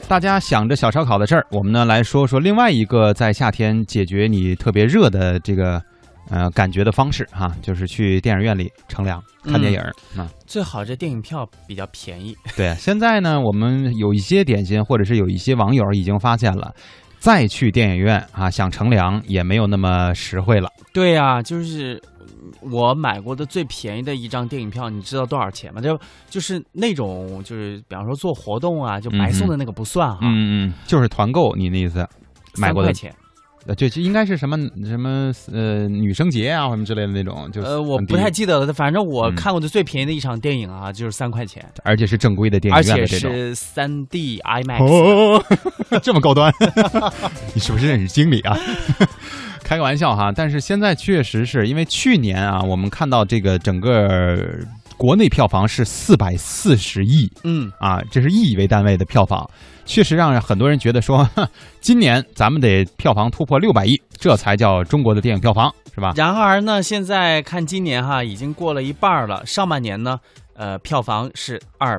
大家想着小烧烤的事儿，我们呢来说说另外一个在夏天解决你特别热的这个感觉的方式哈，就是去电影院里乘凉看电影。 最好这电影票比较便宜。 对，现在呢我们有一些点心或者是有一些网友已经发现了，再去电影院啊想乘凉也没有那么实惠了。 对呀，就是我买过的最便宜的一张电影票，你知道多少钱吗？就是那种就是比方说做活动啊，就白送的那个不算哈。 就是团购，你那意思？买过的 3块钱。 就应该是什么女生节啊什么之类的那种，就我不太记得了，反正我看过的最便宜的一场电影啊，就是3块钱， 而且是正规的电影院的这种， 而且是3D IMAX， 这么高端，你是不是认识经理啊？开个玩笑哈，但是现在确实是因为去年啊，我们看到这个整个国内票房是440亿，这是亿为单位的票房，确实让很多人觉得说，今年咱们得票房突破600亿，这才叫中国的电影票房，是吧？ 然而呢，现在看今年哈，已经过了一半了，上半年呢，票房是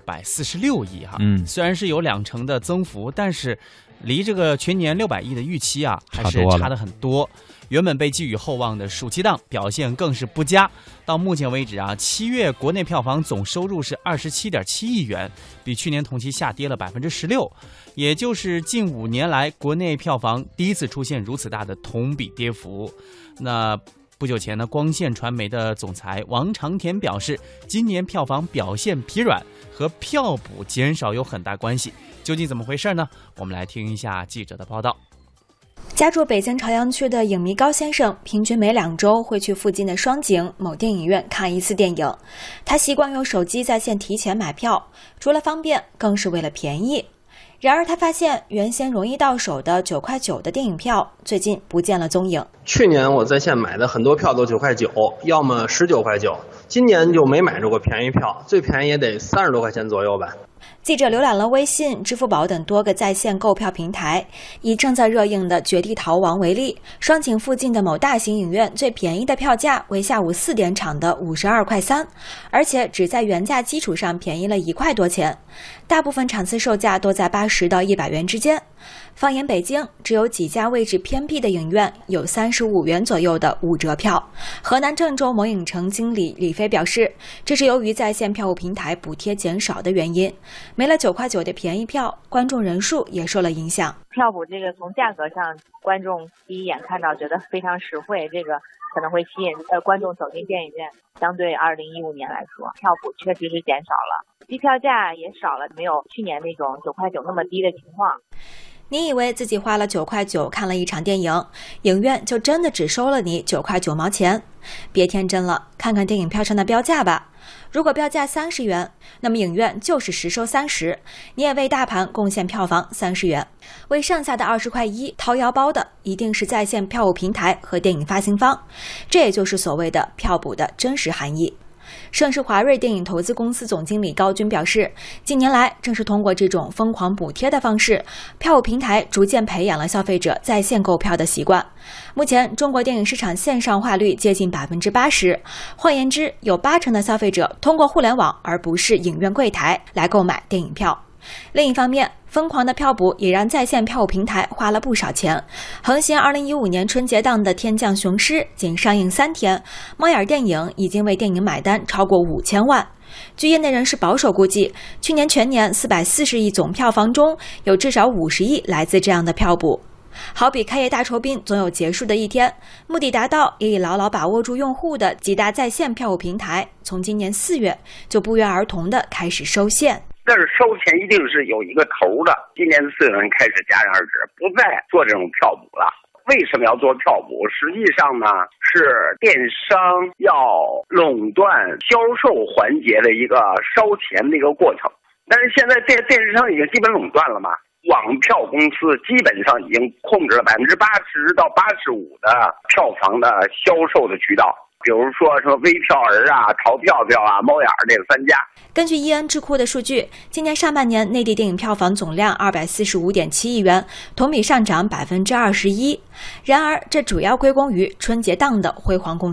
246亿哈，虽然是有2成的增幅，但是离这个全年600亿的预期啊，还是差得很多。原本被寄予厚望的暑期档表现更是不佳，到目前为止啊，7月国内票房总收入是27.7亿元，比去年同期下跌了16%，也就是近5年来国内票房第一次出现如此大的同比跌幅。那不久前呢，光线传媒的总裁王长田表示，今年票房表现疲软和票补减少有很大关系。究竟怎么回事呢？我们来听一下记者的报道。 家住北京朝阳区的影迷高先生，平均每2周会去附近的双井某电影院看一次电影。他习惯用手机在线提前买票，除了方便，更是为了便宜。然而他发现，原先容易到手的9块9的电影票，最近不见了踪影。 去年我在线买的很多票都9块9，要么19块9，今年就没买着过便宜票，最便宜也得30多块钱左右吧。 记者浏览了微信、支付宝等多个在线购票平台，以正在热映的《绝地逃亡》为例，双井附近的某大型影院最便宜的票价为下午4点场的52块3，而且只在原价基础上便宜了1块多钱。大部分场次售价都在80到100元之间。放眼北京，只有几家位置偏僻的影院有35元左右的5折票。河南郑州某影城经理李飞表示，这是由于在线票务平台补贴减少的原因，没了9块9的便宜票，观众人数也受了影响。 票补这个从价格上，观众第一眼看到觉得非常实惠，这个可能会吸引观众走进电影院。相对2015年来说，票补确实是减少了，机票价也少了，没有去年那种9块9那么低的情况。 你以为自己花了9块9看了一场电影，影院就真的只收了你9块9毛钱？别天真了，看看电影票上的标价吧。如果标价30元，那么影院就是实收30，你也为大盘贡献票房30元。为剩下的20块1掏腰包的，一定是在线票务平台和电影发行方，这也就是所谓的票补的真实含义。盛世华瑞电影投资公司总经理高军表示，近年来正是通过这种疯狂补贴的方式，票务平台逐渐培养了消费者在线购票的习惯。目前中国电影市场线上化率接近80%，换言之，有80%的消费者通过互联网而不是影院柜台来购买电影票。另一方面，疯狂的票补也让在线票务平台花了不少钱。横行2015年春节档的《天降雄狮》仅上映3天，猫眼电影已经为电影买单超过5000万。据业内人士保守估计，去年全年440亿总票房中，有至少50亿来自这样的票补。好比开业大酬宾总有结束的一天，目的达到也已牢牢把握住用户的几大在线票务平台，从今年4月就不约而同地开始收线。 但是收钱一定是有一个头的，今年4月份开始戛然而止，不再做这种票补了。为什么要做票补？实际上呢，是电商要垄断销售环节的一个烧钱的一个过程。但是现在电视商已经基本垄断了嘛，网票公司基本上已经控制了80%到85%的票房的销售的渠道。比如说什么微票儿啊、淘票票啊、猫眼这3家。 根据易安智库的数据，今年上半年内地电影票房总量245.7亿元，同比上涨21%。然而，这主要归功于春节档的辉煌贡献。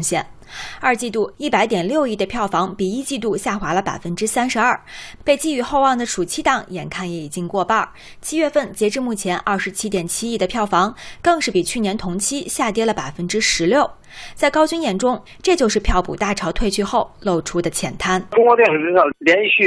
二季度100.6亿的票房比一季度下滑了32%，被寄予厚望的暑期档眼看也已经过半。7月份截至目前27.7亿的票房，更是比去年同期下跌了16%。在高军眼中，这就是票补大潮退去后露出的浅滩。 中国电影市场连续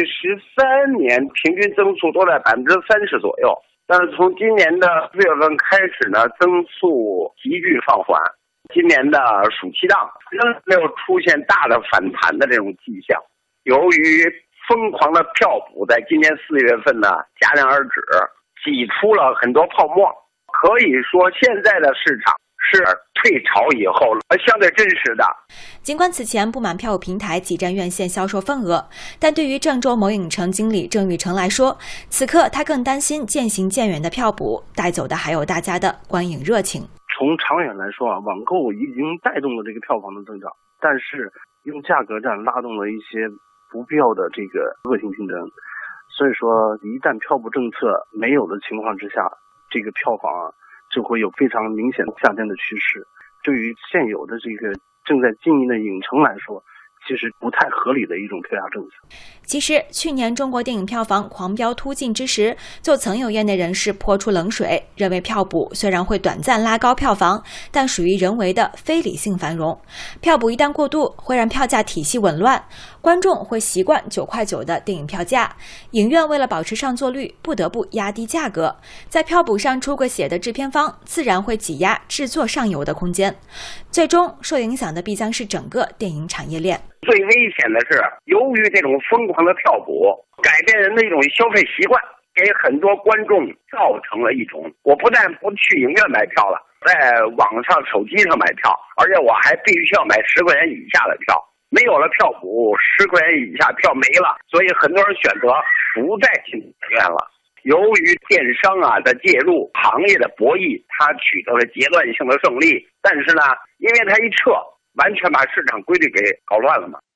13年平均增速都在30%左右，但是从今年的4月份开始呢，增速急剧放缓。今年的暑期档仍没有出现大的反弹的这种迹象。由于疯狂的票补在今年4月份呢戛然而止，挤出了很多泡沫。可以说现在的市场是退潮以后相对真实的。 尽管此前不满票务平台挤占院线销售份额，但对于郑州某影城经理郑玉成来说，此刻他更担心渐行渐远的票补带走的还有大家的观影热情。 从长远来说网购已经带动了这个票房的增长，但是用价格战拉动了一些不必要的这个恶性竞争，所以说一旦票补政策没有的情况之下，这个票房就会有非常明显下降的趋势。对于现有的这个正在经营的影城来说，其实不太合理的一种票价政策。 其实去年中国电影票房狂飙突进之时，就曾有业内人士泼出冷水，认为票补虽然会短暂拉高票房，但属于人为的非理性繁荣。票补一旦过度，会让票价体系紊乱，观众会习惯9块9的电影票价，影院为了保持上座率，不得不压低价格。在票补上出过血的制片方，自然会挤压制作上游的空间，最终受影响的必将是整个电影产业链。 最危险的是，由于这种疯狂的票补，改变人的一种消费习惯，给很多观众造成了一种，我不但不去影院买票了，在网上手机上买票，而且我还必须要买10块钱以下的票。没有了票补，10块钱以下票没了，所以很多人选择不再进影院了。由于电商的介入，行业的博弈，它取得了阶段性的胜利，但是呢，因为它一撤，完全把市场规律给搞乱了嘛。